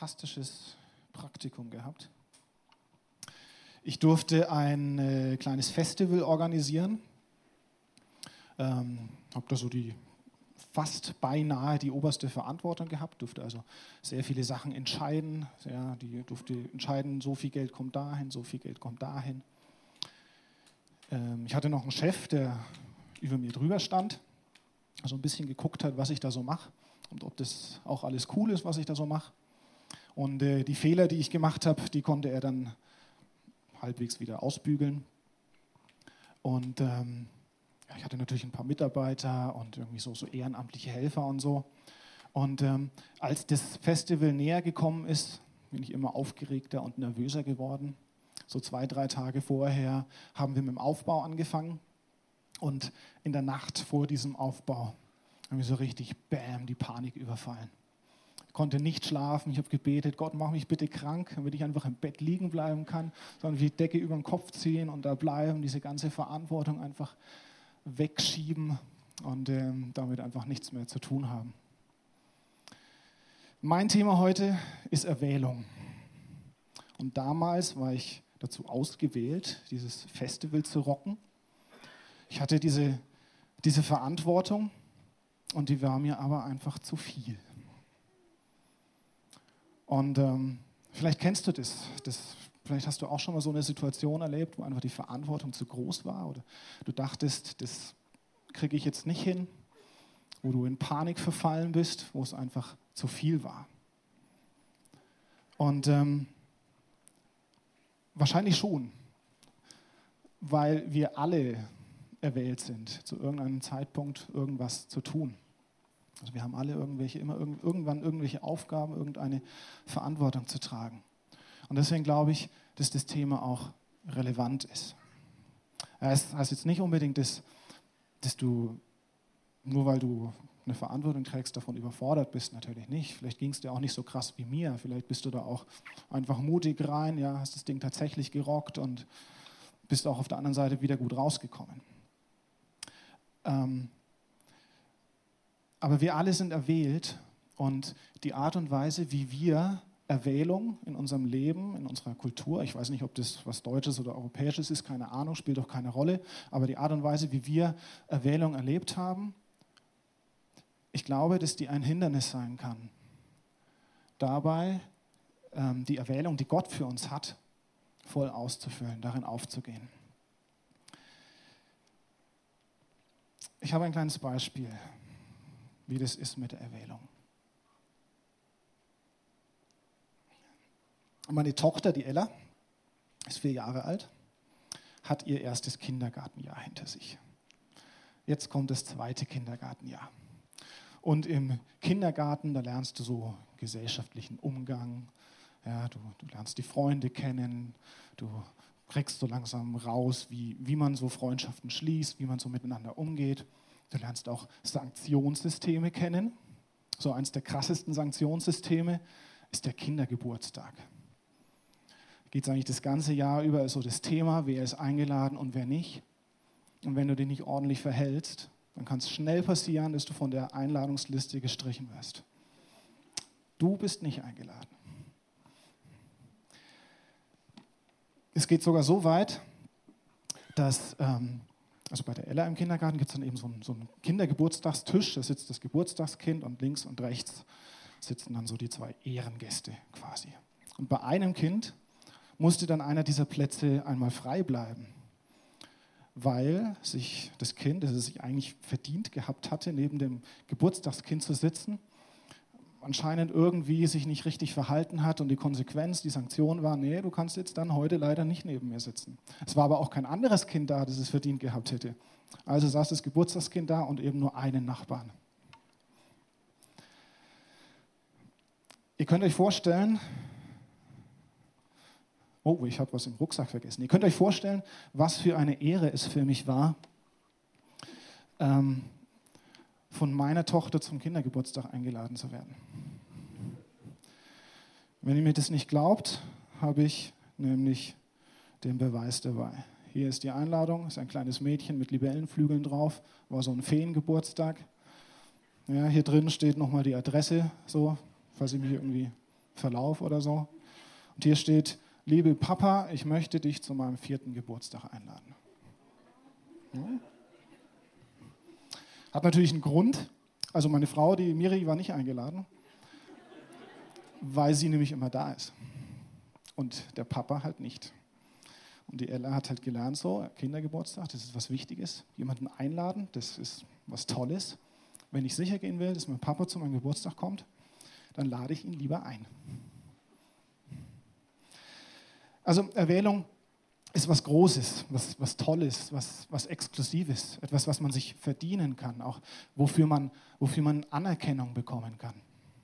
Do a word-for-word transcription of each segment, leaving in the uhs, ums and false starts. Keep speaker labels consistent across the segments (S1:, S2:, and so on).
S1: fantastisches Praktikum gehabt. Ich durfte ein äh, kleines Festival organisieren. Ähm, habe da so die fast beinahe die oberste Verantwortung gehabt, durfte also sehr viele Sachen entscheiden. Ja, die durfte entscheiden, so viel Geld kommt dahin, so viel Geld kommt dahin. Ähm, ich hatte noch einen Chef, der über mir drüber stand, also ein bisschen geguckt hat, was ich da so mache und ob das auch alles cool ist, was ich da so mache. Und äh, die Fehler, die ich gemacht habe, die konnte er dann halbwegs wieder ausbügeln. Und ähm, ja, ich hatte natürlich ein paar Mitarbeiter und irgendwie so, so ehrenamtliche Helfer und so. Und ähm, als das Festival näher gekommen ist, bin ich immer aufgeregter und nervöser geworden. So zwei, drei Tage vorher haben wir mit dem Aufbau angefangen. Und in der Nacht vor diesem Aufbau haben wir so richtig, bam, die Panik überfallen. Ich konnte nicht schlafen, ich habe gebetet, Gott, mach mich bitte krank, damit ich einfach im Bett liegen bleiben kann, sondern die Decke über den Kopf ziehen und da bleiben, diese ganze Verantwortung einfach wegschieben und ähm, damit einfach nichts mehr zu tun haben. Mein Thema heute ist Erwählung. Und damals war ich dazu ausgewählt, dieses Festival zu rocken. Ich hatte diese, diese Verantwortung und die war mir aber einfach zu viel. Und ähm, vielleicht kennst du das, das, vielleicht hast du auch schon mal so eine Situation erlebt, wo einfach die Verantwortung zu groß war oder du dachtest, das kriege ich jetzt nicht hin, wo du in Panik verfallen bist, wo es einfach zu viel war. Und ähm, wahrscheinlich schon, weil wir alle erwählt sind, zu irgendeinem Zeitpunkt irgendwas zu tun. Also wir haben alle irgendwelche, immer irgendwann irgendwelche Aufgaben, irgendeine Verantwortung zu tragen. Und deswegen glaube ich, dass das Thema auch relevant ist. Es heißt jetzt nicht unbedingt, dass, dass du, nur weil du eine Verantwortung trägst, davon überfordert bist, natürlich nicht. Vielleicht ging es dir auch nicht so krass wie mir. Vielleicht bist du da auch einfach mutig rein, ja, hast das Ding tatsächlich gerockt und bist auch auf der anderen Seite wieder gut rausgekommen. Ähm, Aber wir alle sind erwählt und die Art und Weise, wie wir Erwählung in unserem Leben, in unserer Kultur, ich weiß nicht, ob das was Deutsches oder Europäisches ist, keine Ahnung, spielt doch keine Rolle, aber die Art und Weise, wie wir Erwählung erlebt haben, ich glaube, dass die ein Hindernis sein kann. Dabei ähm, die Erwählung, die Gott für uns hat, voll auszufüllen, darin aufzugehen. Ich habe ein kleines Beispiel, wie das ist mit der Erwählung. Meine Tochter, die Ella, ist vier Jahre alt, hat ihr erstes Kindergartenjahr hinter sich. Jetzt kommt das zweite Kindergartenjahr. Und im Kindergarten, da lernst du so gesellschaftlichen Umgang, ja, du, du lernst die Freunde kennen, du kriegst so langsam raus, wie, wie man so Freundschaften schließt, wie man so miteinander umgeht. Du lernst auch Sanktionssysteme kennen. So eins der krassesten Sanktionssysteme ist der Kindergeburtstag. Da geht es eigentlich das ganze Jahr über so das Thema, wer ist eingeladen und wer nicht. Und wenn du dich nicht ordentlich verhältst, dann kann es schnell passieren, dass du von der Einladungsliste gestrichen wirst. Du bist nicht eingeladen. Es geht sogar so weit, dass... Ähm, Also bei der Ella im Kindergarten gibt es dann eben so einen, so einen Kindergeburtstagstisch, da sitzt das Geburtstagskind und links und rechts sitzen dann so die zwei Ehrengäste quasi. Und bei einem Kind musste dann einer dieser Plätze einmal frei bleiben, weil sich das Kind, das es sich eigentlich verdient gehabt hatte, neben dem Geburtstagskind zu sitzen, anscheinend irgendwie sich nicht richtig verhalten hat und die Konsequenz, die Sanktion war, nee, du kannst jetzt dann heute leider nicht neben mir sitzen. Es war aber auch kein anderes Kind da, das es verdient gehabt hätte. Also saß das Geburtstagskind da und eben nur einen Nachbarn. Ihr könnt euch vorstellen, oh, ich habe was im Rucksack vergessen. Ihr könnt euch vorstellen, was für eine Ehre es für mich war, ähm, von meiner Tochter zum Kindergeburtstag eingeladen zu werden. Wenn ihr mir das nicht glaubt, habe ich nämlich den Beweis dabei. Hier ist die Einladung, ist ein kleines Mädchen mit Libellenflügeln drauf, war so ein Feengeburtstag. Ja, hier drin steht nochmal die Adresse, so, falls ich mich irgendwie Verlauf oder so. Und hier steht, liebe Papa, ich möchte dich zu meinem vierten Geburtstag einladen. Hm? Hat natürlich einen Grund. Also meine Frau, die Miri, war nicht eingeladen, weil sie nämlich immer da ist. Und der Papa halt nicht. Und die Ella hat halt gelernt, so, Kindergeburtstag, das ist was Wichtiges. Jemanden einladen, das ist was Tolles. Wenn ich sicher gehen will, dass mein Papa zu meinem Geburtstag kommt, dann lade ich ihn lieber ein. Also Erwählung ist was Großes, was, was Tolles, was, was Exklusives, etwas, was man sich verdienen kann, auch wofür man, wofür man Anerkennung bekommen kann.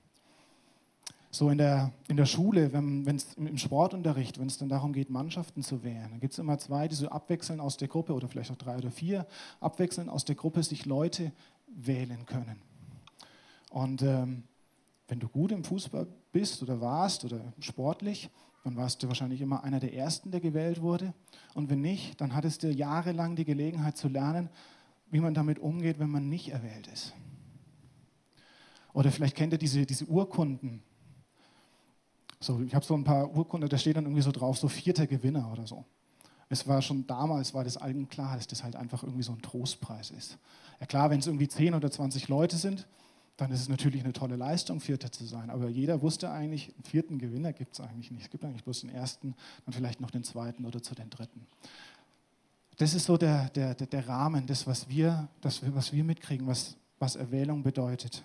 S1: So in der, in der Schule, wenn es im Sportunterricht, wenn es dann darum geht, Mannschaften zu wählen, dann gibt es immer zwei, die so abwechseln aus der Gruppe oder vielleicht auch drei oder vier, abwechseln aus der Gruppe sich Leute wählen können. Und ähm, wenn du gut im Fußball bist oder warst oder sportlich, dann warst du wahrscheinlich immer einer der Ersten, der gewählt wurde. Und wenn nicht, dann hattest du jahrelang die Gelegenheit zu lernen, wie man damit umgeht, wenn man nicht erwählt ist. Oder vielleicht kennt ihr diese, diese Urkunden. So, ich habe so ein paar Urkunden, da steht dann irgendwie so drauf, so vierter Gewinner oder so. Es war schon damals, war das allen klar, dass das halt einfach irgendwie so ein Trostpreis ist. Ja klar, wenn es irgendwie zehn oder zwanzig Leute sind, dann ist es natürlich eine tolle Leistung, Vierter zu sein. Aber jeder wusste eigentlich, einen vierten Gewinner gibt es eigentlich nicht. Es gibt eigentlich bloß den ersten, dann vielleicht noch den zweiten oder zu den dritten. Das ist so der, der, der, der Rahmen, das, was wir, das, was wir mitkriegen, was, was Erwählung bedeutet.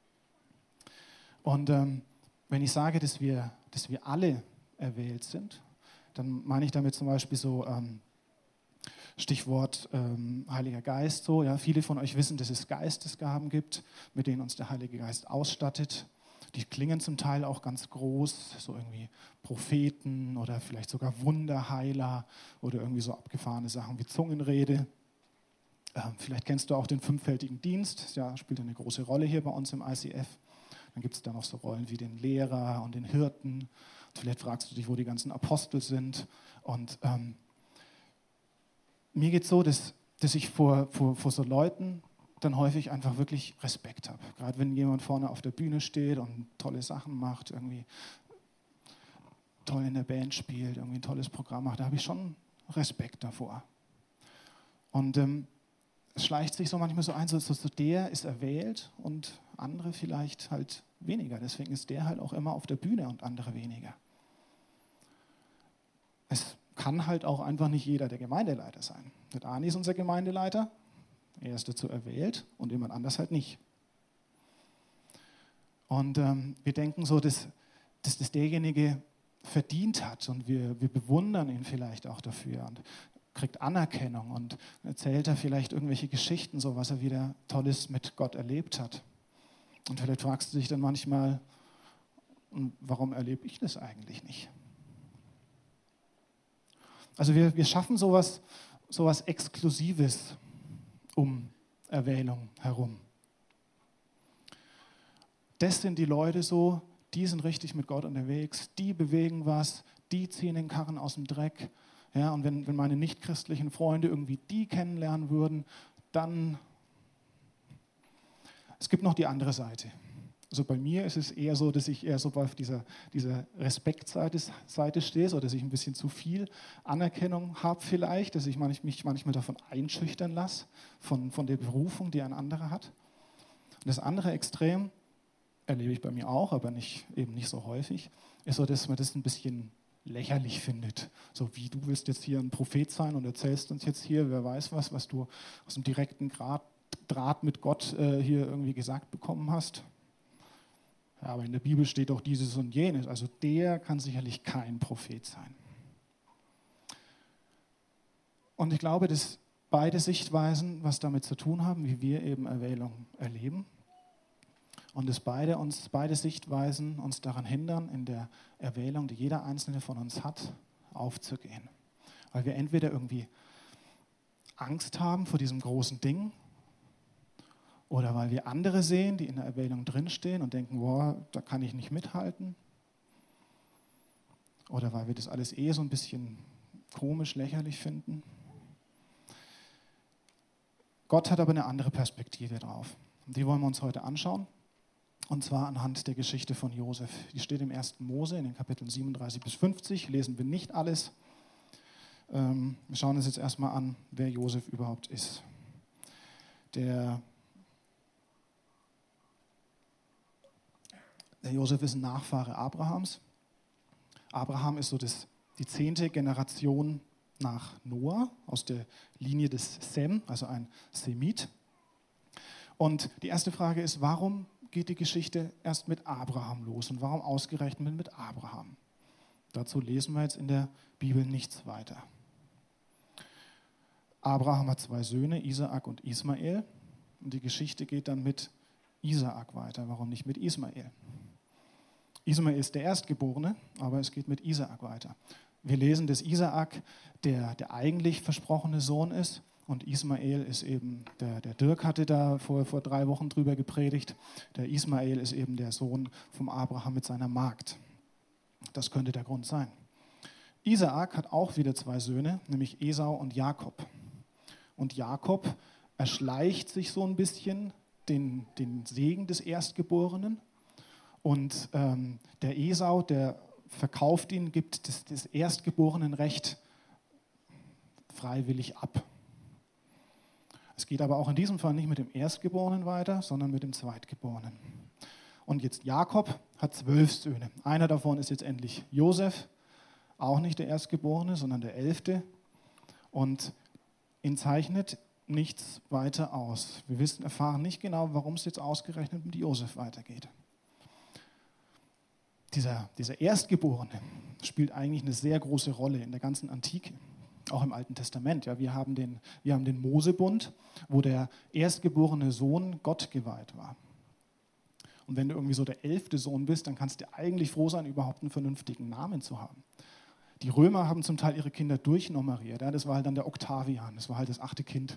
S1: Und ähm, wenn ich sage, dass wir, dass wir alle erwählt sind, dann meine ich damit zum Beispiel so ähm, Stichwort ähm, Heiliger Geist. So, ja, viele von euch wissen, dass es Geistesgaben gibt, mit denen uns der Heilige Geist ausstattet. Die klingen zum Teil auch ganz groß, so irgendwie Propheten oder vielleicht sogar Wunderheiler oder irgendwie so abgefahrene Sachen wie Zungenrede. Ähm, vielleicht kennst du auch den fünffältigen Dienst, ja, spielt eine große Rolle hier bei uns im I C F. Dann gibt es da noch so Rollen wie den Lehrer und den Hirten. Und vielleicht fragst du dich, wo die ganzen Apostel sind. Und ähm, mir geht es so, dass, dass ich vor, vor, vor so Leuten dann häufig einfach wirklich Respekt habe. Gerade wenn jemand vorne auf der Bühne steht und tolle Sachen macht, irgendwie toll in der Band spielt, irgendwie ein tolles Programm macht, da habe ich schon Respekt davor. Und ähm, es schleicht sich so manchmal so ein, so, so, so der ist erwählt und andere vielleicht halt weniger. Deswegen ist der halt auch immer auf der Bühne und andere weniger. Es kann halt auch einfach nicht jeder der Gemeindeleiter sein. Der Dani ist unser Gemeindeleiter, er ist dazu erwählt und jemand anders halt nicht. Und ähm, wir denken so, dass, dass das derjenige verdient hat und wir, wir bewundern ihn vielleicht auch dafür und kriegt Anerkennung und erzählt er vielleicht irgendwelche Geschichten, so was er wieder Tolles mit Gott erlebt hat. Und vielleicht fragst du dich dann manchmal, warum erlebe ich das eigentlich nicht? Also wir, wir schaffen sowas, sowas Exklusives um Erwählung herum. Das sind die Leute so, die sind richtig mit Gott unterwegs, die bewegen was, die ziehen den Karren aus dem Dreck. Ja, und wenn, wenn meine nichtchristlichen Freunde irgendwie die kennenlernen würden, dann... Es gibt noch die andere Seite. Also bei mir ist es eher so, dass ich eher so auf dieser, dieser Respektseite Seite stehe, oder dass ich ein bisschen zu viel Anerkennung habe vielleicht, dass ich mich manchmal davon einschüchtern lasse, von, von der Berufung, die ein anderer hat. Und das andere Extrem, erlebe ich bei mir auch, aber nicht, eben nicht so häufig, ist so, dass man das ein bisschen lächerlich findet. So wie, du willst jetzt hier ein Prophet sein und erzählst uns jetzt hier, wer weiß was, was du aus dem direkten Grad, Draht mit Gott äh, hier irgendwie gesagt bekommen hast. Ja, aber in der Bibel steht auch dieses und jenes. Also der kann sicherlich kein Prophet sein. Und ich glaube, dass beide Sichtweisen was damit zu tun haben, wie wir eben Erwählung erleben. Und dass beide, uns, beide Sichtweisen uns daran hindern, in der Erwählung, die jeder Einzelne von uns hat, aufzugehen. Weil wir entweder irgendwie Angst haben vor diesem großen Ding, oder weil wir andere sehen, die in der Erwählung drinstehen und denken, boah, da kann ich nicht mithalten. Oder weil wir das alles eh so ein bisschen komisch, lächerlich finden. Gott hat aber eine andere Perspektive drauf. Und die wollen wir uns heute anschauen. Und zwar anhand der Geschichte von Josef. Die steht im ersten Mose in den Kapiteln siebenunddreißig bis fünfzig. Lesen wir nicht alles. Ähm, wir schauen uns jetzt erstmal an, wer Josef überhaupt ist. Der, der Josef ist ein Nachfahre Abrahams. Abraham ist so das, die zehnte Generation nach Noah, aus der Linie des Sem, also ein Semit. Und die erste Frage ist, warum geht die Geschichte erst mit Abraham los und warum ausgerechnet mit Abraham? Dazu lesen wir jetzt in der Bibel nichts weiter. Abraham hat zwei Söhne, Isaak und Ismael. Und die Geschichte geht dann mit Isaak weiter. Warum nicht mit Ismael? Ismael ist der Erstgeborene, aber es geht mit Isaak weiter. Wir lesen, dass Isaak der, der eigentlich versprochene Sohn ist und Ismael ist eben, der, der Dirk hatte da vor, vor drei Wochen drüber gepredigt, der Ismael ist eben der Sohn vom Abraham mit seiner Magd. Das könnte der Grund sein. Isaak hat auch wieder zwei Söhne, nämlich Esau und Jakob. Und Jakob erschleicht sich so ein bisschen den, den Segen des Erstgeborenen. Und ähm, der Esau, der verkauft ihn, gibt das, das Erstgeborenenrecht freiwillig ab. Es geht aber auch in diesem Fall nicht mit dem Erstgeborenen weiter, sondern mit dem Zweitgeborenen. Und jetzt Jakob hat zwölf Söhne. Einer davon ist jetzt endlich Josef, auch nicht der Erstgeborene, sondern der Elfte. Und ihn zeichnet nichts weiter aus. Wir wissen, erfahren nicht genau, warum es jetzt ausgerechnet mit Josef weitergeht. Dieser, dieser Erstgeborene spielt eigentlich eine sehr große Rolle in der ganzen Antike, auch im Alten Testament. Ja, wir haben den, wir haben den Mosebund, wo der erstgeborene Sohn Gott geweiht war. Und wenn du irgendwie so der elfte Sohn bist, dann kannst du eigentlich froh sein, überhaupt einen vernünftigen Namen zu haben. Die Römer haben zum Teil ihre Kinder durchnummeriert. Ja, das war halt dann der Octavian, das war halt das achte Kind.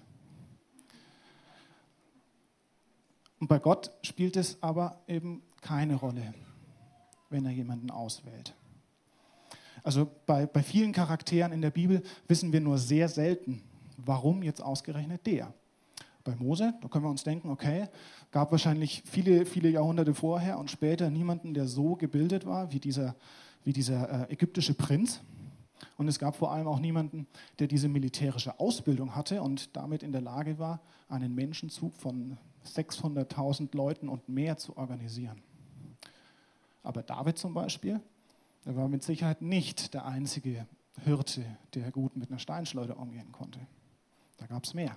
S1: Und bei Gott spielt es aber eben keine Rolle, wenn er jemanden auswählt. Also bei, bei vielen Charakteren in der Bibel wissen wir nur sehr selten, warum jetzt ausgerechnet der. Bei Mose, da können wir uns denken, okay, gab wahrscheinlich viele, viele Jahrhunderte vorher und später niemanden, der so gebildet war wie dieser, wie dieser äh, ägyptische Prinz. Und es gab vor allem auch niemanden, der diese militärische Ausbildung hatte und damit in der Lage war, einen Menschenzug von sechshunderttausend Leuten und mehr zu organisieren. Aber David zum Beispiel, der war mit Sicherheit nicht der einzige Hirte, der gut mit einer Steinschleuder umgehen konnte. Da gab es mehr.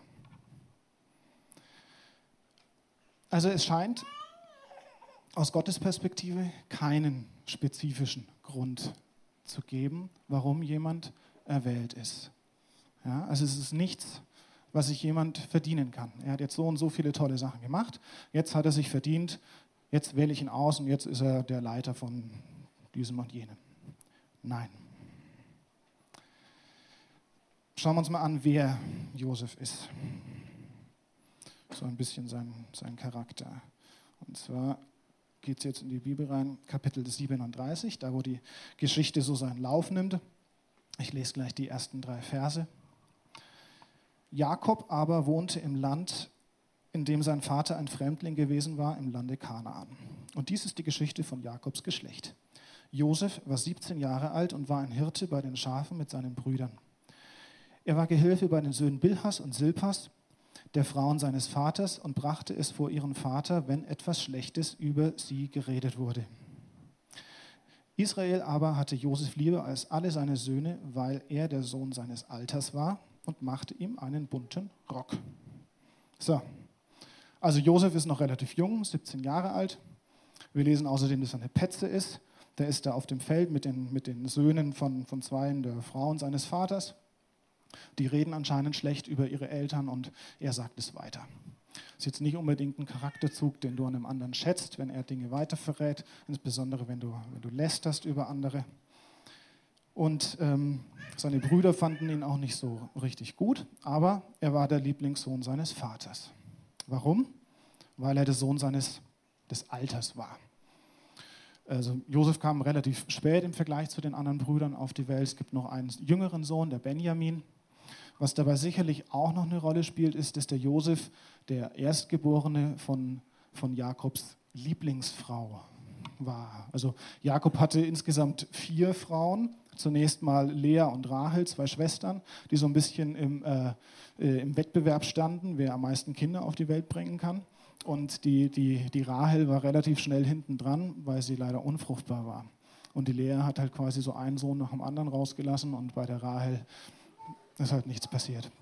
S1: Also es scheint aus Gottes Perspektive keinen spezifischen Grund zu geben, warum jemand erwählt ist. Ja, also es ist nichts, was sich jemand verdienen kann. Er hat jetzt so und so viele tolle Sachen gemacht, jetzt hat er sich verdient, jetzt wähle ich ihn aus und jetzt ist er der Leiter von diesem und jenem. Nein. Schauen wir uns mal an, wer Josef ist. So ein bisschen sein, sein Charakter. Und zwar geht es jetzt in die Bibel rein, Kapitel siebenunddreißig, da wo die Geschichte so seinen Lauf nimmt. Ich lese gleich die ersten drei Verse. Jakob aber wohnte im Land, in dem sein Vater ein Fremdling gewesen war, im Lande Kanaan. Und dies ist die Geschichte von Jakobs Geschlecht. Josef war siebzehn Jahre alt und war ein Hirte bei den Schafen mit seinen Brüdern. Er war Gehilfe bei den Söhnen Bilhas und Silpas, der Frauen seines Vaters, und brachte es vor ihren Vater, wenn etwas Schlechtes über sie geredet wurde. Israel aber hatte Josef lieber als alle seine Söhne, weil er der Sohn seines Alters war, und machte ihm einen bunten Rock. So, also Josef ist noch relativ jung, siebzehn Jahre alt. Wir lesen außerdem, dass er eine Petze ist. Der ist da auf dem Feld mit den, mit den Söhnen von, von zwei der Frauen seines Vaters. Die reden anscheinend schlecht über ihre Eltern und er sagt es weiter. Das ist jetzt nicht unbedingt ein Charakterzug, den du an einem anderen schätzt, wenn er Dinge weiterverrät, insbesondere wenn du, wenn du lästerst über andere. Und ähm, seine Brüder fanden ihn auch nicht so richtig gut, aber er war der Lieblingssohn seines Vaters. Warum? Weil er der Sohn seines des Alters war. Also Josef kam relativ spät im Vergleich zu den anderen Brüdern auf die Welt. Es gibt noch einen jüngeren Sohn, der Benjamin. Was dabei sicherlich auch noch eine Rolle spielt, ist, dass der Josef der Erstgeborene von, von Jakobs Lieblingsfrau war. Also Jakob hatte insgesamt vier Frauen. Zunächst mal Lea und Rahel, zwei Schwestern, die so ein bisschen im, äh, äh, im Wettbewerb standen, wer am meisten Kinder auf die Welt bringen kann. Und die, die, die Rahel war relativ schnell hinten dran, weil sie leider unfruchtbar war. Und die Lea hat halt quasi so einen Sohn nach dem anderen rausgelassen und bei der Rahel ist halt nichts passiert.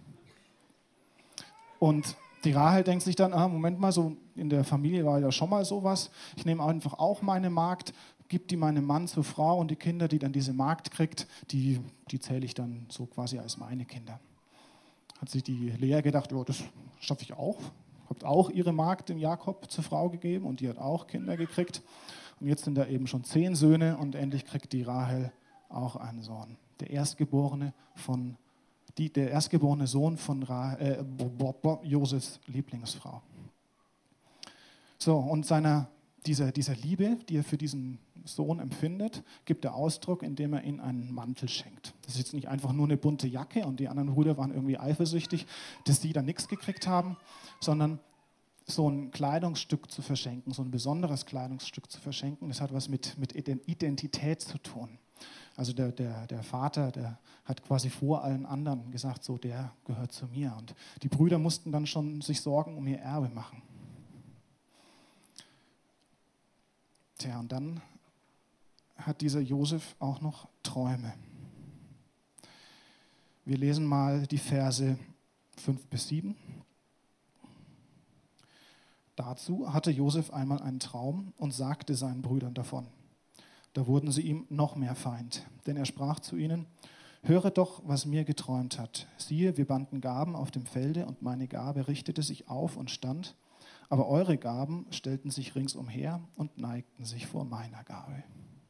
S1: Und die Rahel denkt sich dann, ah, Moment mal, so in der Familie war ja schon mal sowas. Ich nehme einfach auch meine Magd, gebe die meinem Mann zur Frau und die Kinder, die dann diese Magd kriegt, die, die zähle ich dann so quasi als meine Kinder. Hat sich die Lea gedacht, oh, das schaffe ich auch. Hat auch ihre Magd dem Jakob zur Frau gegeben und die hat auch Kinder gekriegt. Und jetzt sind da eben schon zehn Söhne und endlich kriegt die Rahel auch einen Sohn. Der Erstgeborene von Die, der erstgeborene Sohn von Ra, äh, Josefs Lieblingsfrau. So, und seiner, dieser, dieser Liebe, die er für diesen Sohn empfindet, gibt er Ausdruck, indem er ihm einen Mantel schenkt. Das ist jetzt nicht einfach nur eine bunte Jacke und die anderen Brüder waren irgendwie eifersüchtig, dass die da nichts gekriegt haben, sondern so ein Kleidungsstück zu verschenken, so ein besonderes Kleidungsstück zu verschenken, das hat was mit, mit Identität zu tun. Also der, der, der Vater, der hat quasi vor allen anderen gesagt, so der gehört zu mir. Und die Brüder mussten dann schon sich Sorgen um ihr Erbe machen. Tja, und dann hat dieser Josef auch noch Träume. Wir lesen mal die Verse fünf bis sieben. Dazu hatte Josef einmal einen Traum und sagte seinen Brüdern davon. Da wurden sie ihm noch mehr Feind, denn er sprach zu ihnen, höret doch, was mir geträumt hat. Siehe, wir banden Gaben auf dem Felde und meine Gabe richtete sich auf und stand, aber eure Gaben stellten sich ringsumher und neigten sich vor meiner Gabe.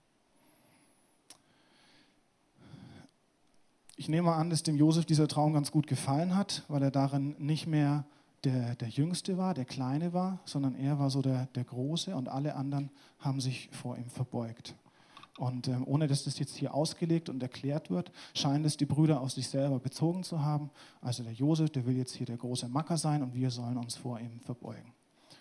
S1: Ich nehme an, dass dem Josef dieser Traum ganz gut gefallen hat, weil er darin nicht mehr der, der Jüngste war, der Kleine war, sondern er war so der, der Große und alle anderen haben sich vor ihm verbeugt. Und ähm, ohne dass das jetzt hier ausgelegt und erklärt wird, scheinen es die Brüder auf sich selber bezogen zu haben. Also der Josef, der will jetzt hier der große Macker sein und wir sollen uns vor ihm verbeugen.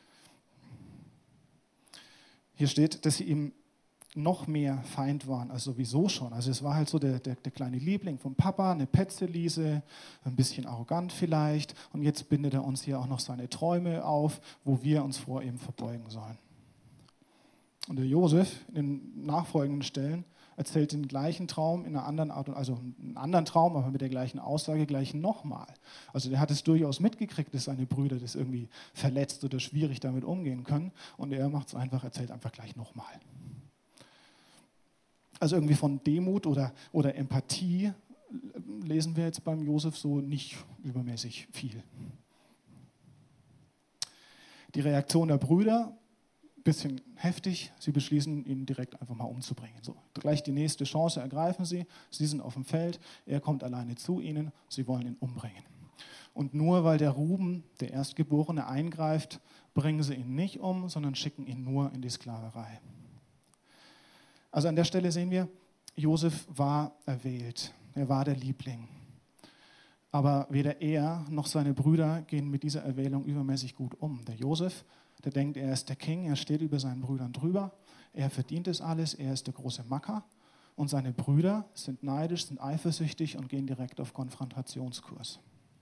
S1: Hier steht, dass sie ihm noch mehr Feind waren als sowieso schon. Also es war halt so der, der, der kleine Liebling vom Papa, eine Petzelise, ein bisschen arrogant vielleicht. Und jetzt bindet er uns hier auch noch seine Träume auf, wo wir uns vor ihm verbeugen sollen. Und der Josef in den nachfolgenden Stellen erzählt den gleichen Traum in einer anderen Art, also einen anderen Traum, aber mit der gleichen Aussage gleich nochmal. Also der hat es durchaus mitgekriegt, dass seine Brüder das irgendwie verletzt oder schwierig damit umgehen können. Und er macht es einfach, erzählt einfach gleich nochmal. Also irgendwie von Demut oder, oder Empathie lesen wir jetzt beim Josef so nicht übermäßig viel. Die Reaktion der Brüder, bisschen heftig, sie beschließen, ihn direkt einfach mal umzubringen. So, gleich die nächste Chance ergreifen sie, sie sind auf dem Feld, er kommt alleine zu ihnen, sie wollen ihn umbringen. Und nur weil der Ruben, der Erstgeborene, eingreift, bringen sie ihn nicht um, sondern schicken ihn nur in die Sklaverei. Also an der Stelle sehen wir, Josef war erwählt, er war der Liebling. Aber weder er noch seine Brüder gehen mit dieser Erwählung übermäßig gut um. Der Josef, der denkt, er ist der King, er steht über seinen Brüdern drüber, er verdient es alles, er ist der große Macker. Und seine Brüder sind neidisch, sind eifersüchtig und gehen direkt auf Konfrontationskurs.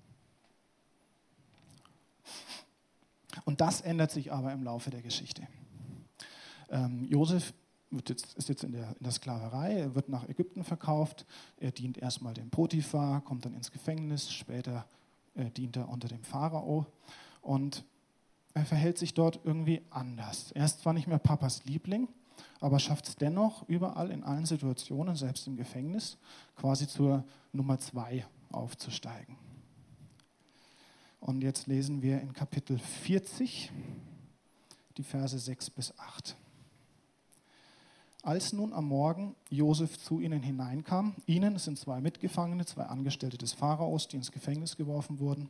S1: Und das ändert sich aber im Laufe der Geschichte. Ähm, Josef wird jetzt, ist jetzt in der, in der Sklaverei, er wird nach Ägypten verkauft, er dient erstmal dem Potiphar, kommt dann ins Gefängnis, später äh, dient er unter dem Pharao und er verhält sich dort irgendwie anders. Er ist zwar nicht mehr Papas Liebling, aber schafft es dennoch überall in allen Situationen, selbst im Gefängnis, quasi zur Nummer zwei aufzusteigen. Und jetzt lesen wir in Kapitel vierzig die Verse sechs bis acht. Als nun am Morgen Josef zu ihnen hineinkam, ihnen sind zwei Mitgefangene, zwei Angestellte des Pharaos, die ins Gefängnis geworfen wurden,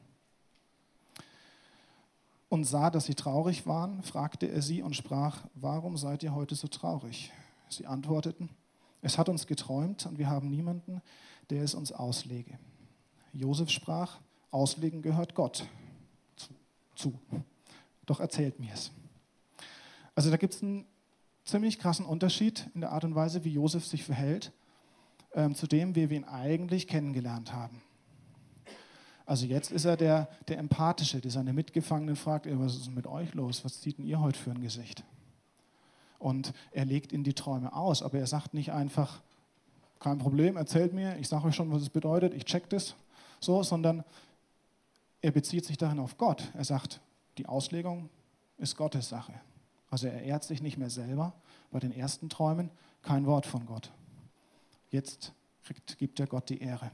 S1: und sah, dass sie traurig waren, fragte er sie und sprach, warum seid ihr heute so traurig? Sie antworteten, es hat uns geträumt und wir haben niemanden, der es uns auslege. Josef sprach, auslegen gehört Gott zu. zu. Doch erzählt mir es. Also da gibt es einen ziemlich krassen Unterschied in der Art und Weise, wie Josef sich verhält, ähm, zu dem, wie wir ihn eigentlich kennengelernt haben. Also jetzt ist er der, der Empathische, der seine Mitgefangenen fragt, was ist denn mit euch los? Was zieht denn ihr heute für ein Gesicht? Und er legt ihnen die Träume aus, aber er sagt nicht einfach, kein Problem, erzählt mir, ich sage euch schon, was es bedeutet, ich check das, so, sondern er bezieht sich darin auf Gott. Er sagt, die Auslegung ist Gottes Sache. Also er ehrt sich nicht mehr selber. Bei den ersten Träumen kein Wort von Gott. Jetzt kriegt, gibt er Gott die Ehre.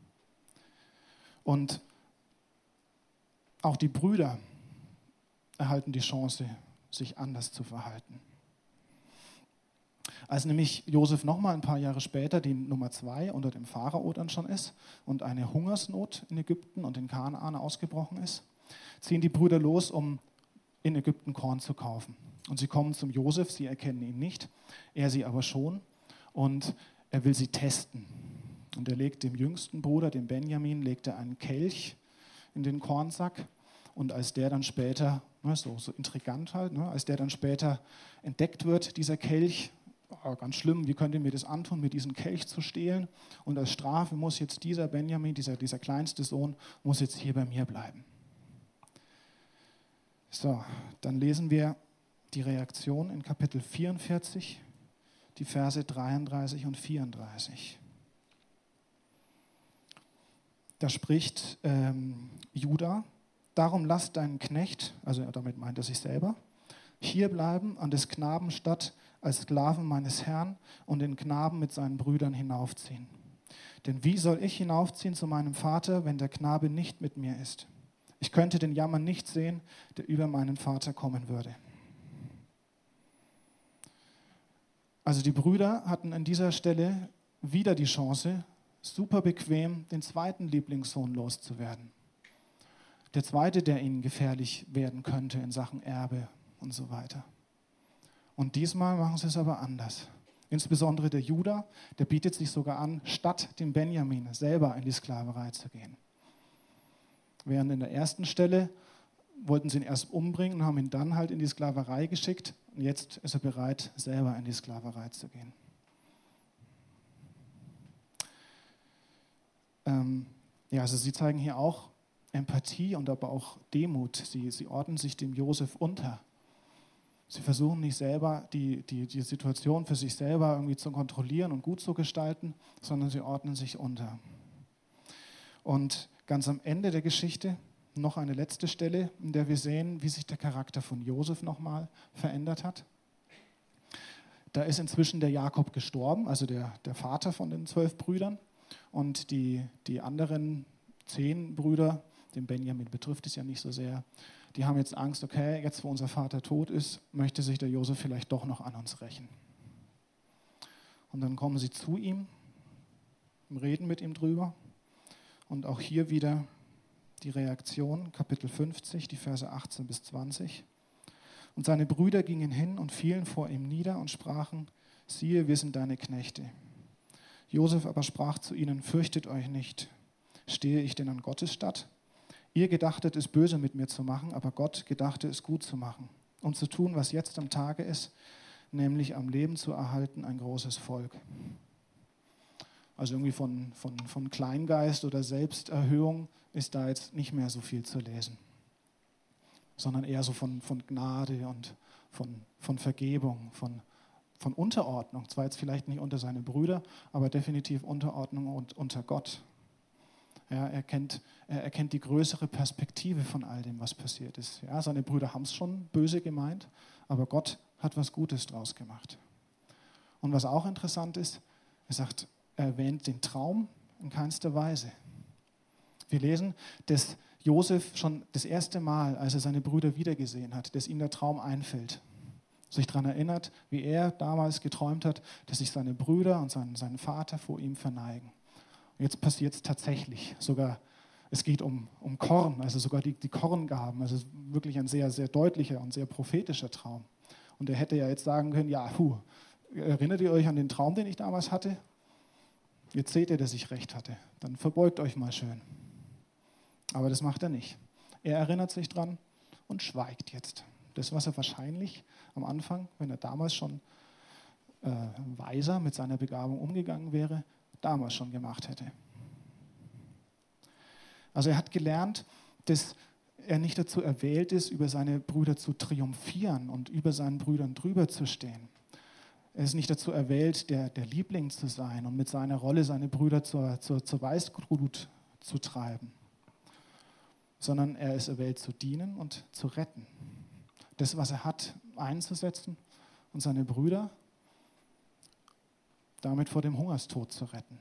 S1: Und auch die Brüder erhalten die Chance, sich anders zu verhalten. Als nämlich Josef nochmal ein paar Jahre später die Nummer zwei unter dem Pharao dann schon ist und eine Hungersnot in Ägypten und in Kanaan ausgebrochen ist, ziehen die Brüder los, um in Ägypten Korn zu kaufen. Und sie kommen zum Josef, sie erkennen ihn nicht, er sie aber schon, und er will sie testen. Und er legt dem jüngsten Bruder, dem Benjamin, legt er einen Kelch in den Kornsack, und als der dann später, ne, so, so intrigant halt, ne, als der dann später entdeckt wird, dieser Kelch, oh, ganz schlimm, wie könnt ihr mir das antun, mir diesen Kelch zu stehlen, und als Strafe muss jetzt dieser Benjamin, dieser, dieser kleinste Sohn, muss jetzt hier bei mir bleiben. So, dann lesen wir die Reaktion in Kapitel vierundvierzig, die Verse dreiunddreißig und vierunddreißig. Da spricht ähm, Juda, darum lasst deinen Knecht, also damit meint er sich selber, hier bleiben an des Knaben statt als Sklaven meines Herrn und den Knaben mit seinen Brüdern hinaufziehen. Denn wie soll ich hinaufziehen zu meinem Vater, wenn der Knabe nicht mit mir ist? Ich könnte den Jammer nicht sehen, der über meinen Vater kommen würde. Also die Brüder hatten an dieser Stelle wieder die Chance, super bequem den zweiten Lieblingssohn loszuwerden. Der zweite, der ihnen gefährlich werden könnte in Sachen Erbe und so weiter. Und diesmal machen sie es aber anders. Insbesondere der Juda, der bietet sich sogar an, statt dem Benjamin selber in die Sklaverei zu gehen. Während in der ersten Stelle wollten sie ihn erst umbringen und haben ihn dann halt in die Sklaverei geschickt. Und jetzt ist er bereit, selber in die Sklaverei zu gehen. Ähm, ja, also sie zeigen hier auch Empathie und aber auch Demut. Sie, sie ordnen sich dem Josef unter. Sie versuchen nicht selber die, die, die Situation für sich selber irgendwie zu kontrollieren und gut zu gestalten, sondern sie ordnen sich unter. Und ganz am Ende der Geschichte noch eine letzte Stelle, in der wir sehen, wie sich der Charakter von Josef nochmal verändert hat. Da ist inzwischen der Jakob gestorben, also der, der Vater von den zwölf Brüdern. Und die, die anderen zehn Brüder, den Benjamin betrifft es ja nicht so sehr, die haben jetzt Angst, okay, jetzt wo unser Vater tot ist, möchte sich der Josef vielleicht doch noch an uns rächen. Und dann kommen sie zu ihm, reden mit ihm drüber. Und auch hier wieder die Reaktion, Kapitel fünfzig, die Verse achtzehn bis zwanzig. Und seine Brüder gingen hin und fielen vor ihm nieder und sprachen, siehe, wir sind deine Knechte. Josef aber sprach zu ihnen, fürchtet euch nicht. Stehe ich denn an Gottes statt? Ihr gedachtet es böse mit mir zu machen, aber Gott gedachte es gut zu machen, um zu tun, was jetzt am Tage ist, nämlich am Leben zu erhalten ein großes Volk. Also irgendwie von, von, von Kleingeist oder Selbsterhöhung ist da jetzt nicht mehr so viel zu lesen, sondern eher so von, von Gnade und von, von Vergebung, von, von Unterordnung. Zwar jetzt vielleicht nicht unter seine Brüder, aber definitiv Unterordnung und unter Gott. Ja, er, kennt, er erkennt die größere Perspektive von all dem, was passiert ist. Ja, seine Brüder haben es schon böse gemeint, aber Gott hat was Gutes draus gemacht. Und was auch interessant ist, er sagt, er erwähnt den Traum in keinster Weise. Wir lesen, dass Josef schon das erste Mal, als er seine Brüder wiedergesehen hat, dass ihm der Traum einfällt. Sich daran erinnert, wie er damals geträumt hat, dass sich seine Brüder und sein, sein Vater vor ihm verneigen. Und jetzt passiert es tatsächlich. Sogar, es geht um, um Korn, also sogar die, die Korngaben. Also wirklich ein sehr, sehr deutlicher und sehr prophetischer Traum. Und er hätte ja jetzt sagen können, ja, puh, erinnert ihr euch an den Traum, den ich damals hatte? Jetzt seht ihr, dass ich recht hatte. Dann verbeugt euch mal schön. Aber das macht er nicht. Er erinnert sich dran und schweigt jetzt. Das, was er wahrscheinlich am Anfang, wenn er damals schon äh, weiser mit seiner Begabung umgegangen wäre, damals schon gemacht hätte. Also er hat gelernt, dass er nicht dazu erwählt ist, über seine Brüder zu triumphieren und über seinen Brüdern drüber zu stehen. Er ist nicht dazu erwählt, der, der Liebling zu sein und mit seiner Rolle seine Brüder zur, zur, zur Weißglut zu treiben, sondern er ist erwählt zu dienen und zu retten. Das, was er hat, einzusetzen und seine Brüder damit vor dem Hungerstod zu retten.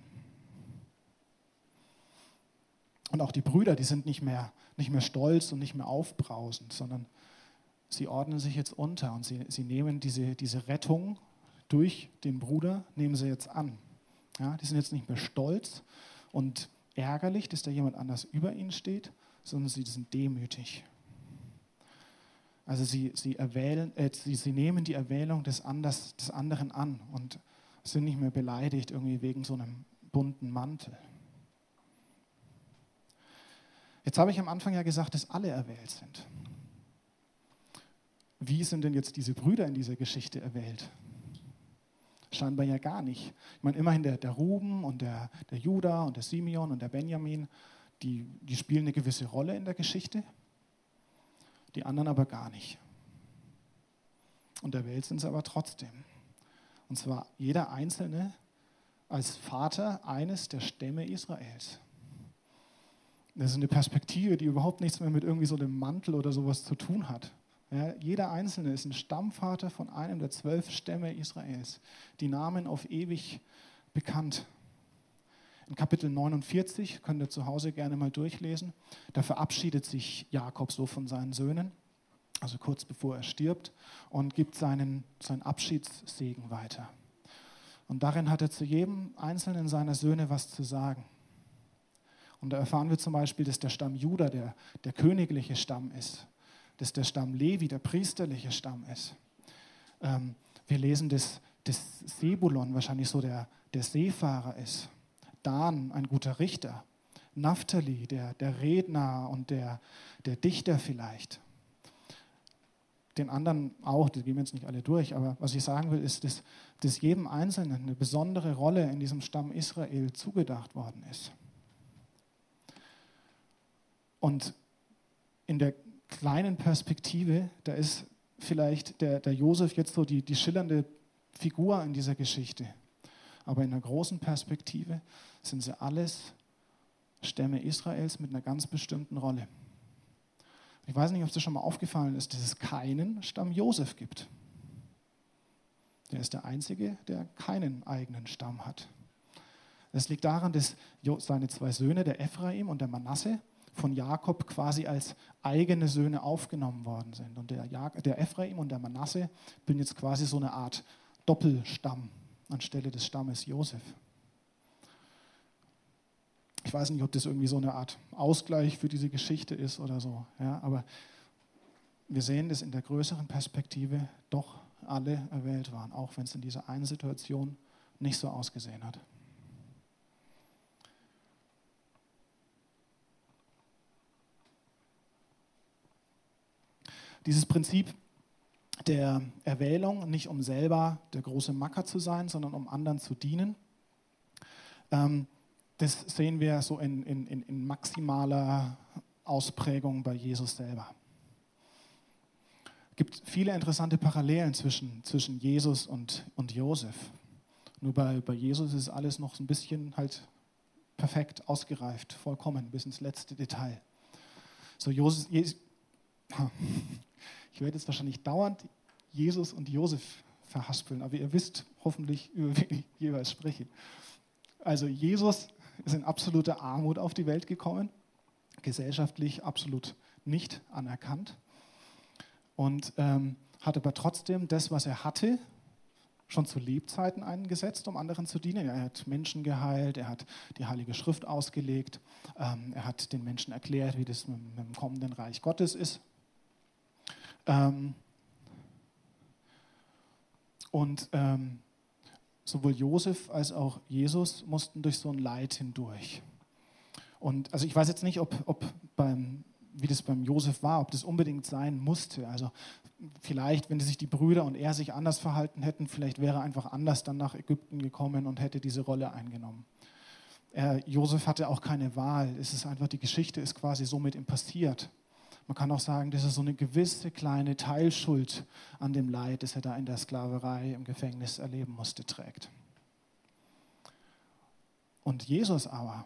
S1: Und auch die Brüder, die sind nicht mehr, nicht mehr stolz und nicht mehr aufbrausend, sondern sie ordnen sich jetzt unter und sie, sie nehmen diese, diese Rettung durch den Bruder, nehmen sie jetzt an. Ja, die sind jetzt nicht mehr stolz und ärgerlich, dass da jemand anders über ihnen steht, sondern sie sind demütig. Also sie, sie, erwählen, äh, sie, sie nehmen die Erwählung des, Anders, des anderen an und sind nicht mehr beleidigt irgendwie wegen so einem bunten Mantel. Jetzt habe ich am Anfang ja gesagt, dass alle erwählt sind. Wie sind denn jetzt diese Brüder in dieser Geschichte erwählt? Scheinbar ja gar nicht. Ich meine, immerhin der, der Ruben und der, der Judah und der Simeon und der Benjamin, die, die spielen eine gewisse Rolle in der Geschichte, die anderen aber gar nicht. Und erwählt sind sie aber trotzdem. Und zwar jeder Einzelne als Vater eines der Stämme Israels. Das ist eine Perspektive, die überhaupt nichts mehr mit irgendwie so einem Mantel oder sowas zu tun hat. Ja, jeder Einzelne ist ein Stammvater von einem der zwölf Stämme Israels. Die Namen auf ewig bekannt. In Kapitel neunundvierzig, könnt ihr zu Hause gerne mal durchlesen, da verabschiedet sich Jakob so von seinen Söhnen, also kurz bevor er stirbt, und gibt seinen, seinen Abschiedssegen weiter. Und darin hat er zu jedem einzelnen seiner Söhne was zu sagen. Und da erfahren wir zum Beispiel, dass der Stamm Juda der, der königliche Stamm ist, dass der Stamm Levi der priesterliche Stamm ist. Ähm, wir lesen, dass, dass Sebulon wahrscheinlich so der, der Seefahrer ist, Dan ein guter Richter, Naphtali der, der Redner und der, der Dichter vielleicht. Den anderen auch, die gehen wir jetzt nicht alle durch, aber was ich sagen will, ist, dass, dass jedem Einzelnen eine besondere Rolle in diesem Stamm Israel zugedacht worden ist. Und in der kleinen Perspektive, da ist vielleicht der, der Josef jetzt so die, die schillernde Figur in dieser Geschichte. Aber in der großen Perspektive sind sie alles Stämme Israels mit einer ganz bestimmten Rolle. Ich weiß nicht, ob es dir schon mal aufgefallen ist, dass es keinen Stamm Josef gibt. Der ist der Einzige, der keinen eigenen Stamm hat. Das liegt daran, dass seine zwei Söhne, der Ephraim und der Manasse, von Jakob quasi als eigene Söhne aufgenommen worden sind. Und der, ja- der Ephraim und der Manasse bilden jetzt quasi so eine Art Doppelstamm anstelle des Stammes Josef. Ich weiß nicht, ob das irgendwie so eine Art Ausgleich für diese Geschichte ist oder so. Ja, aber wir sehen, dass in der größeren Perspektive doch alle erwählt waren, auch wenn es in dieser einen Situation nicht so ausgesehen hat. Dieses Prinzip der Erwählung, nicht um selber der große Macker zu sein, sondern um anderen zu dienen, ähm, das sehen wir so in, in, in maximaler Ausprägung bei Jesus selber. Es gibt viele interessante Parallelen zwischen, zwischen Jesus und, und Josef. Nur bei, bei Jesus ist alles noch so ein bisschen halt perfekt, ausgereift, vollkommen, bis ins letzte Detail. So Josef, ich werde jetzt wahrscheinlich dauernd Jesus und Josef verhaspeln, aber ihr wisst hoffentlich, über wen ich jeweils spreche. Also Jesus ist in absoluter Armut auf die Welt gekommen, gesellschaftlich absolut nicht anerkannt und ähm, hat aber trotzdem das, was er hatte, schon zu Lebzeiten eingesetzt, um anderen zu dienen. Er hat Menschen geheilt, er hat die Heilige Schrift ausgelegt, ähm, er hat den Menschen erklärt, wie das mit, mit dem kommenden Reich Gottes ist. Ähm, und ähm, sowohl Josef als auch Jesus mussten durch so ein Leid hindurch. Und also ich weiß jetzt nicht, ob, ob beim, wie das beim Josef war, ob das unbedingt sein musste. Also vielleicht, wenn sich die Brüder und er sich anders verhalten hätten, vielleicht wäre er einfach anders dann nach Ägypten gekommen und hätte diese Rolle eingenommen. Er, Josef hatte auch keine Wahl. Es ist einfach, die Geschichte ist quasi so mit ihm passiert. Man kann auch sagen, das ist so eine gewisse kleine Teilschuld an dem Leid, das er da in der Sklaverei im Gefängnis erleben musste, trägt. Und Jesus aber,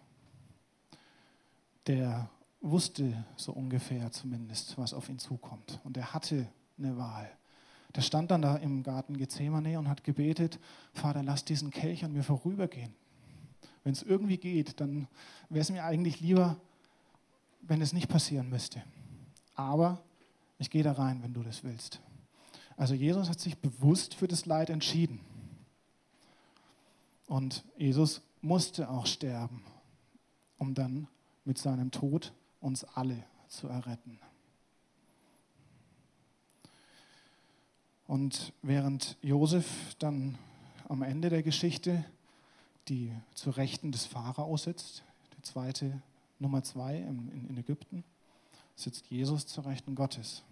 S1: der wusste so ungefähr zumindest, was auf ihn zukommt. Und er hatte eine Wahl. Der stand dann da im Garten Gethsemane und hat gebetet, Vater, lass diesen Kelch an mir vorübergehen. Wenn es irgendwie geht, dann wäre es mir eigentlich lieber, wenn es nicht passieren müsste. Aber ich gehe da rein, wenn du das willst. Also Jesus hat sich bewusst für das Leid entschieden. Und Jesus musste auch sterben, um dann mit seinem Tod uns alle zu erretten. Und während Josef dann am Ende der Geschichte die zu Rechten des Pharao sitzt, die zweite Nummer zwei in, in Ägypten, sitzt Jesus zu Rechten Gottes.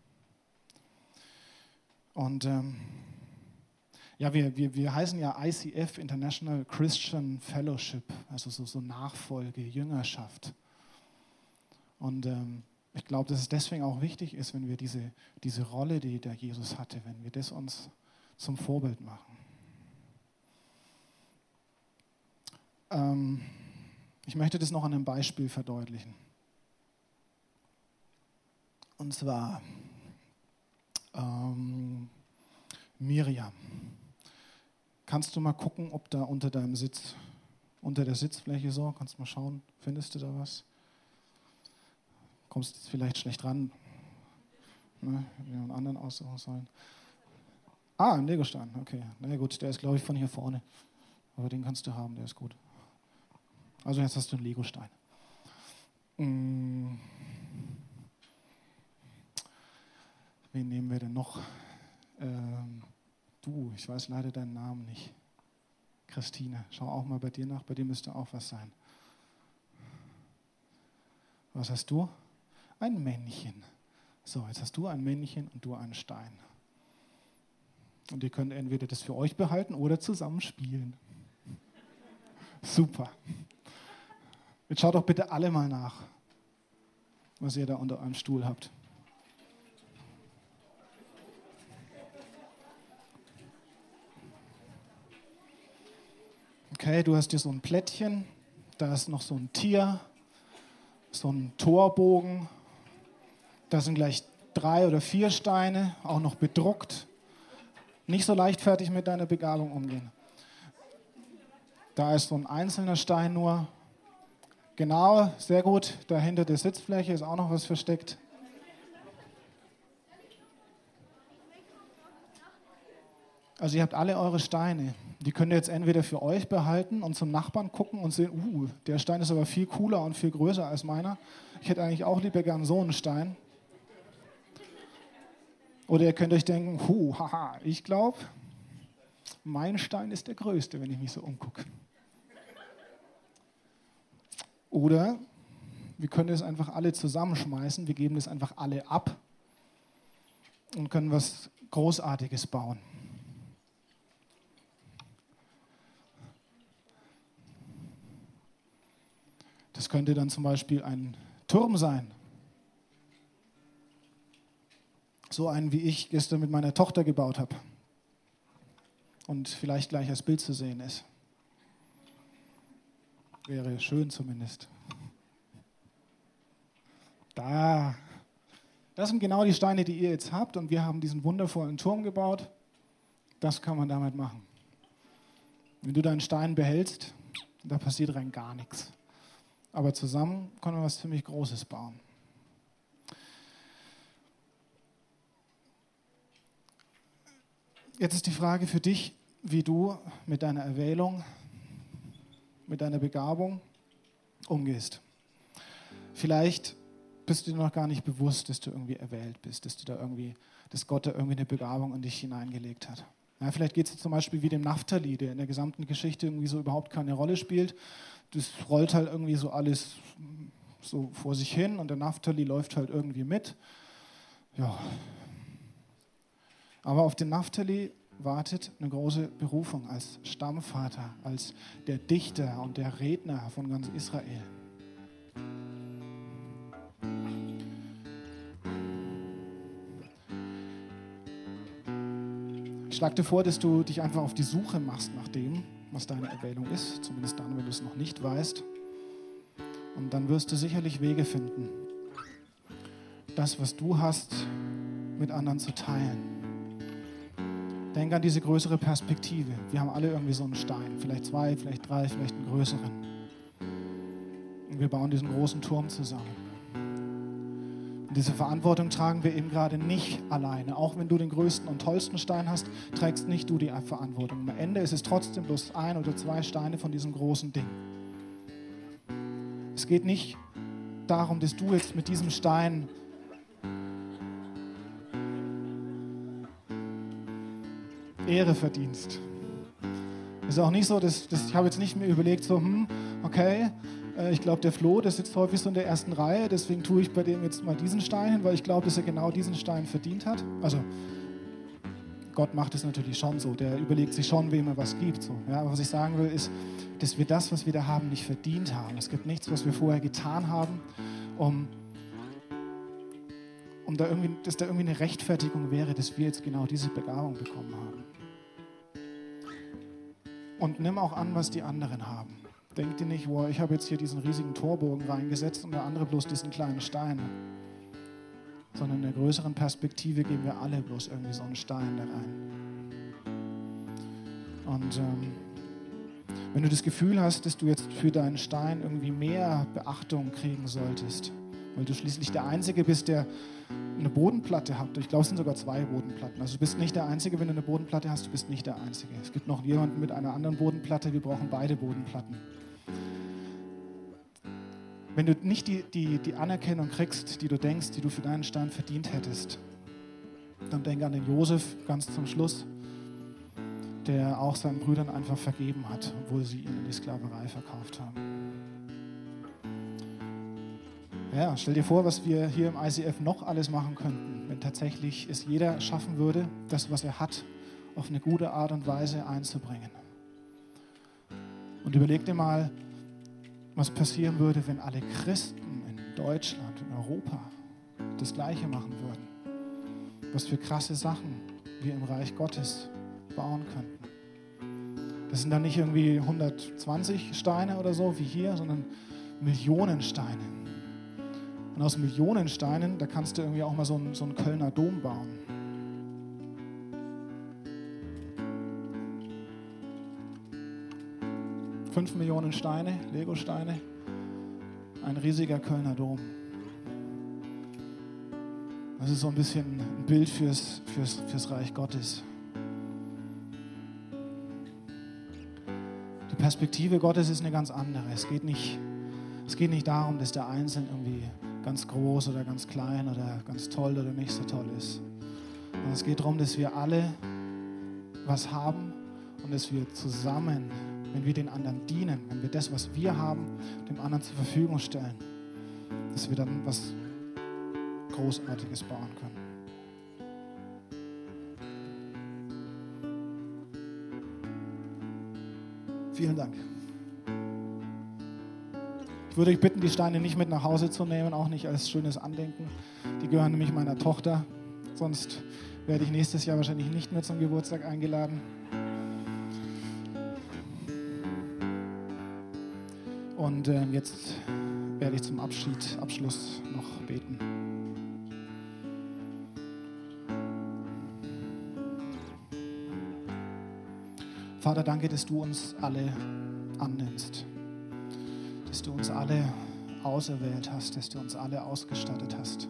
S1: Und ähm, ja, wir, wir, wir heißen ja I C F, International Christian Fellowship, also so, so Nachfolge, Jüngerschaft. Und ähm, ich glaube, dass es deswegen auch wichtig ist, wenn wir diese, diese Rolle, die der Jesus hatte, wenn wir das uns zum Vorbild machen. Ähm, ich möchte das noch an einem Beispiel verdeutlichen. Und zwar ähm, Miriam. Kannst du mal gucken, ob da unter deinem Sitz, unter der Sitzfläche so, kannst du mal schauen, findest du da was? Kommst jetzt vielleicht schlecht ran. Ne, wir einen anderen aussuchen sollen. Ah, ein Legostein, okay. Na ja, gut, der ist, glaube ich, von hier vorne. Aber den kannst du haben, der ist gut. Also jetzt hast du einen Legostein. Hm. Wen nehmen wir denn noch? Ähm, du, ich weiß leider deinen Namen nicht. Christine, schau auch mal bei dir nach, bei dir müsste auch was sein. Was hast du? Ein Männchen. So, jetzt hast du ein Männchen und du einen Stein. Und ihr könnt entweder das für euch behalten oder zusammen spielen. Super. Jetzt schaut doch bitte alle mal nach, was ihr da unter eurem Stuhl habt. Okay, du hast hier so ein Plättchen, da ist noch so ein Tier, so ein Torbogen, da sind gleich drei oder vier Steine, auch noch bedruckt. Nicht so leichtfertig mit deiner Begabung umgehen. Da ist so ein einzelner Stein nur. Genau, sehr gut. Da hinter der Sitzfläche ist auch noch was versteckt. Also ihr habt alle eure Steine. Die könnt ihr jetzt entweder für euch behalten und zum Nachbarn gucken und sehen, uh, der Stein ist aber viel cooler und viel größer als meiner. Ich hätte eigentlich auch lieber gern so einen Stein. Oder ihr könnt euch denken, hu, haha, ich glaube, mein Stein ist der größte, wenn ich mich so umgucke. Oder wir können es einfach alle zusammenschmeißen, wir geben es einfach alle ab und können was Großartiges bauen. Das könnte dann zum Beispiel ein Turm sein. So einen, wie ich gestern mit meiner Tochter gebaut habe. Und vielleicht gleich als Bild zu sehen ist. Wäre schön zumindest. Da. Das sind genau die Steine, die ihr jetzt habt. Und wir haben diesen wundervollen Turm gebaut. Das kann man damit machen. Wenn du deinen Stein behältst, da passiert rein gar nichts. Aber zusammen können wir was ziemlich Großes bauen. Jetzt ist die Frage für dich, wie du mit deiner Erwählung, mit deiner Begabung umgehst. Vielleicht bist du dir noch gar nicht bewusst, dass du irgendwie erwählt bist, dass du da irgendwie, dass Gott da irgendwie eine Begabung in dich hineingelegt hat. Ja, vielleicht geht es dir zum Beispiel wie dem Naphtali, der in der gesamten Geschichte irgendwie so überhaupt keine Rolle spielt. Das rollt halt irgendwie so alles so vor sich hin und der Naphtali läuft halt irgendwie mit. Ja. Aber auf den Naphtali wartet eine große Berufung als Stammvater, als der Dichter und der Redner von ganz Israel. Ich schlage dir vor, dass du dich einfach auf die Suche machst nach dem, was deine Erwählung ist, zumindest dann, wenn du es noch nicht weißt. Und dann wirst du sicherlich Wege finden, das, was du hast, mit anderen zu teilen. Denk an diese größere Perspektive. Wir haben alle irgendwie so einen Stein, vielleicht zwei, vielleicht drei, vielleicht einen größeren. Und wir bauen diesen großen Turm zusammen. Und diese Verantwortung tragen wir eben gerade nicht alleine. Auch wenn du den größten und tollsten Stein hast, trägst nicht du die Verantwortung. Am Ende ist es trotzdem bloß ein oder zwei Steine von diesem großen Ding. Es geht nicht darum, dass du jetzt mit diesem Stein Ehre verdienst. Es ist auch nicht so, dass, dass ich habe jetzt nicht mehr überlegt, so, hm, okay, äh, ich glaube, der Flo, der sitzt häufig so in der ersten Reihe, deswegen tue ich bei dem jetzt mal diesen Stein hin, weil ich glaube, dass er genau diesen Stein verdient hat. Also, Gott macht es natürlich schon so, der überlegt sich schon, wem er was gibt. So. Ja, aber was ich sagen will, ist, dass wir das, was wir da haben, nicht verdient haben. Es gibt nichts, was wir vorher getan haben, um, um da irgendwie, dass da irgendwie eine Rechtfertigung wäre, dass wir jetzt genau diese Begabung bekommen haben. Und nimm auch an, was die anderen haben. Denk dir nicht, wow, ich habe jetzt hier diesen riesigen Torbogen reingesetzt und der andere bloß diesen kleinen Stein. Sondern in der größeren Perspektive geben wir alle bloß irgendwie so einen Stein da rein. Und ähm, wenn du das Gefühl hast, dass du jetzt für deinen Stein irgendwie mehr Beachtung kriegen solltest, weil du schließlich der Einzige bist, der eine Bodenplatte hat. Ich glaube, es sind sogar zwei Bodenplatten. Also du bist nicht der Einzige, wenn du eine Bodenplatte hast, du bist nicht der Einzige. Es gibt noch jemanden mit einer anderen Bodenplatte, wir brauchen beide Bodenplatten. Wenn du nicht die, die, die Anerkennung kriegst, die du denkst, die du für deinen Stein verdient hättest, dann denk an den Josef ganz zum Schluss, der auch seinen Brüdern einfach vergeben hat, obwohl sie ihn in die Sklaverei verkauft haben. Ja, stell dir vor, was wir hier im I C F noch alles machen könnten, wenn tatsächlich es jeder schaffen würde, das, was er hat, auf eine gute Art und Weise einzubringen. Und überleg dir mal, was passieren würde, wenn alle Christen in Deutschland, in Europa das Gleiche machen würden. Was für krasse Sachen wir im Reich Gottes bauen könnten. Das sind dann nicht irgendwie hundertzwanzig Steine oder so wie hier, sondern Millionen Steine. Und aus Millionen Steinen, da kannst du irgendwie auch mal so einen, so einen Kölner Dom bauen. Fünf Millionen Steine, Lego-Steine, ein riesiger Kölner Dom. Das ist so ein bisschen ein Bild fürs, fürs, fürs Reich Gottes. Die Perspektive Gottes ist eine ganz andere. Es geht nicht, es geht nicht darum, dass der Einzelne irgendwie ganz groß oder ganz klein oder ganz toll oder nicht so toll ist. Und es geht darum, dass wir alle was haben und dass wir zusammen, wenn wir den anderen dienen, wenn wir das, was wir haben, dem anderen zur Verfügung stellen, dass wir dann was Großartiges bauen können. Vielen Dank. Ich würde euch bitten, die Steine nicht mit nach Hause zu nehmen, auch nicht als schönes Andenken. Die gehören nämlich meiner Tochter. Sonst werde ich nächstes Jahr wahrscheinlich nicht mehr zum Geburtstag eingeladen. Und äh, jetzt werde ich zum Abschied, Abschluss noch beten. Vater, danke, dass du uns alle annimmst. Dass du uns alle auserwählt hast, dass du uns alle ausgestattet hast.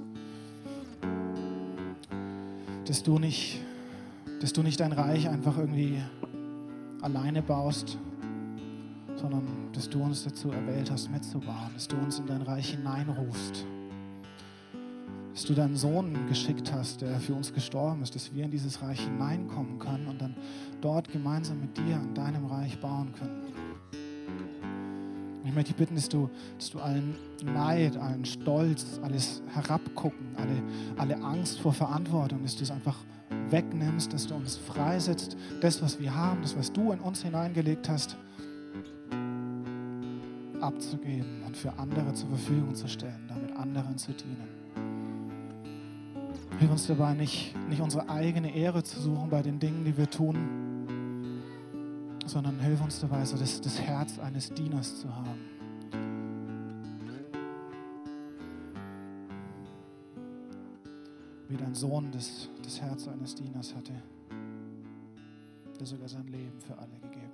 S1: Dass du nicht, dass du nicht dein Reich einfach irgendwie alleine baust, sondern dass du uns dazu erwählt hast, mitzubauen, dass du uns in dein Reich hineinrufst, dass du deinen Sohn geschickt hast, der für uns gestorben ist, dass wir in dieses Reich hineinkommen können und dann dort gemeinsam mit dir an deinem Reich bauen können. Ich möchte dich bitten, dass du, dass du allen Neid, allen Stolz, alles Herabgucken, alle, alle Angst vor Verantwortung, dass du es einfach wegnimmst, dass du uns freisetzt, das, was wir haben, das, was du in uns hineingelegt hast, abzugeben und für andere zur Verfügung zu stellen, damit anderen zu dienen. Hilf uns dabei, nicht, nicht unsere eigene Ehre zu suchen bei den Dingen, die wir tun, sondern hilf uns dabei, so das, das Herz eines Dieners zu haben. Wie dein Sohn das, das Herz eines Dieners hatte, der sogar sein Leben für alle gegeben hat.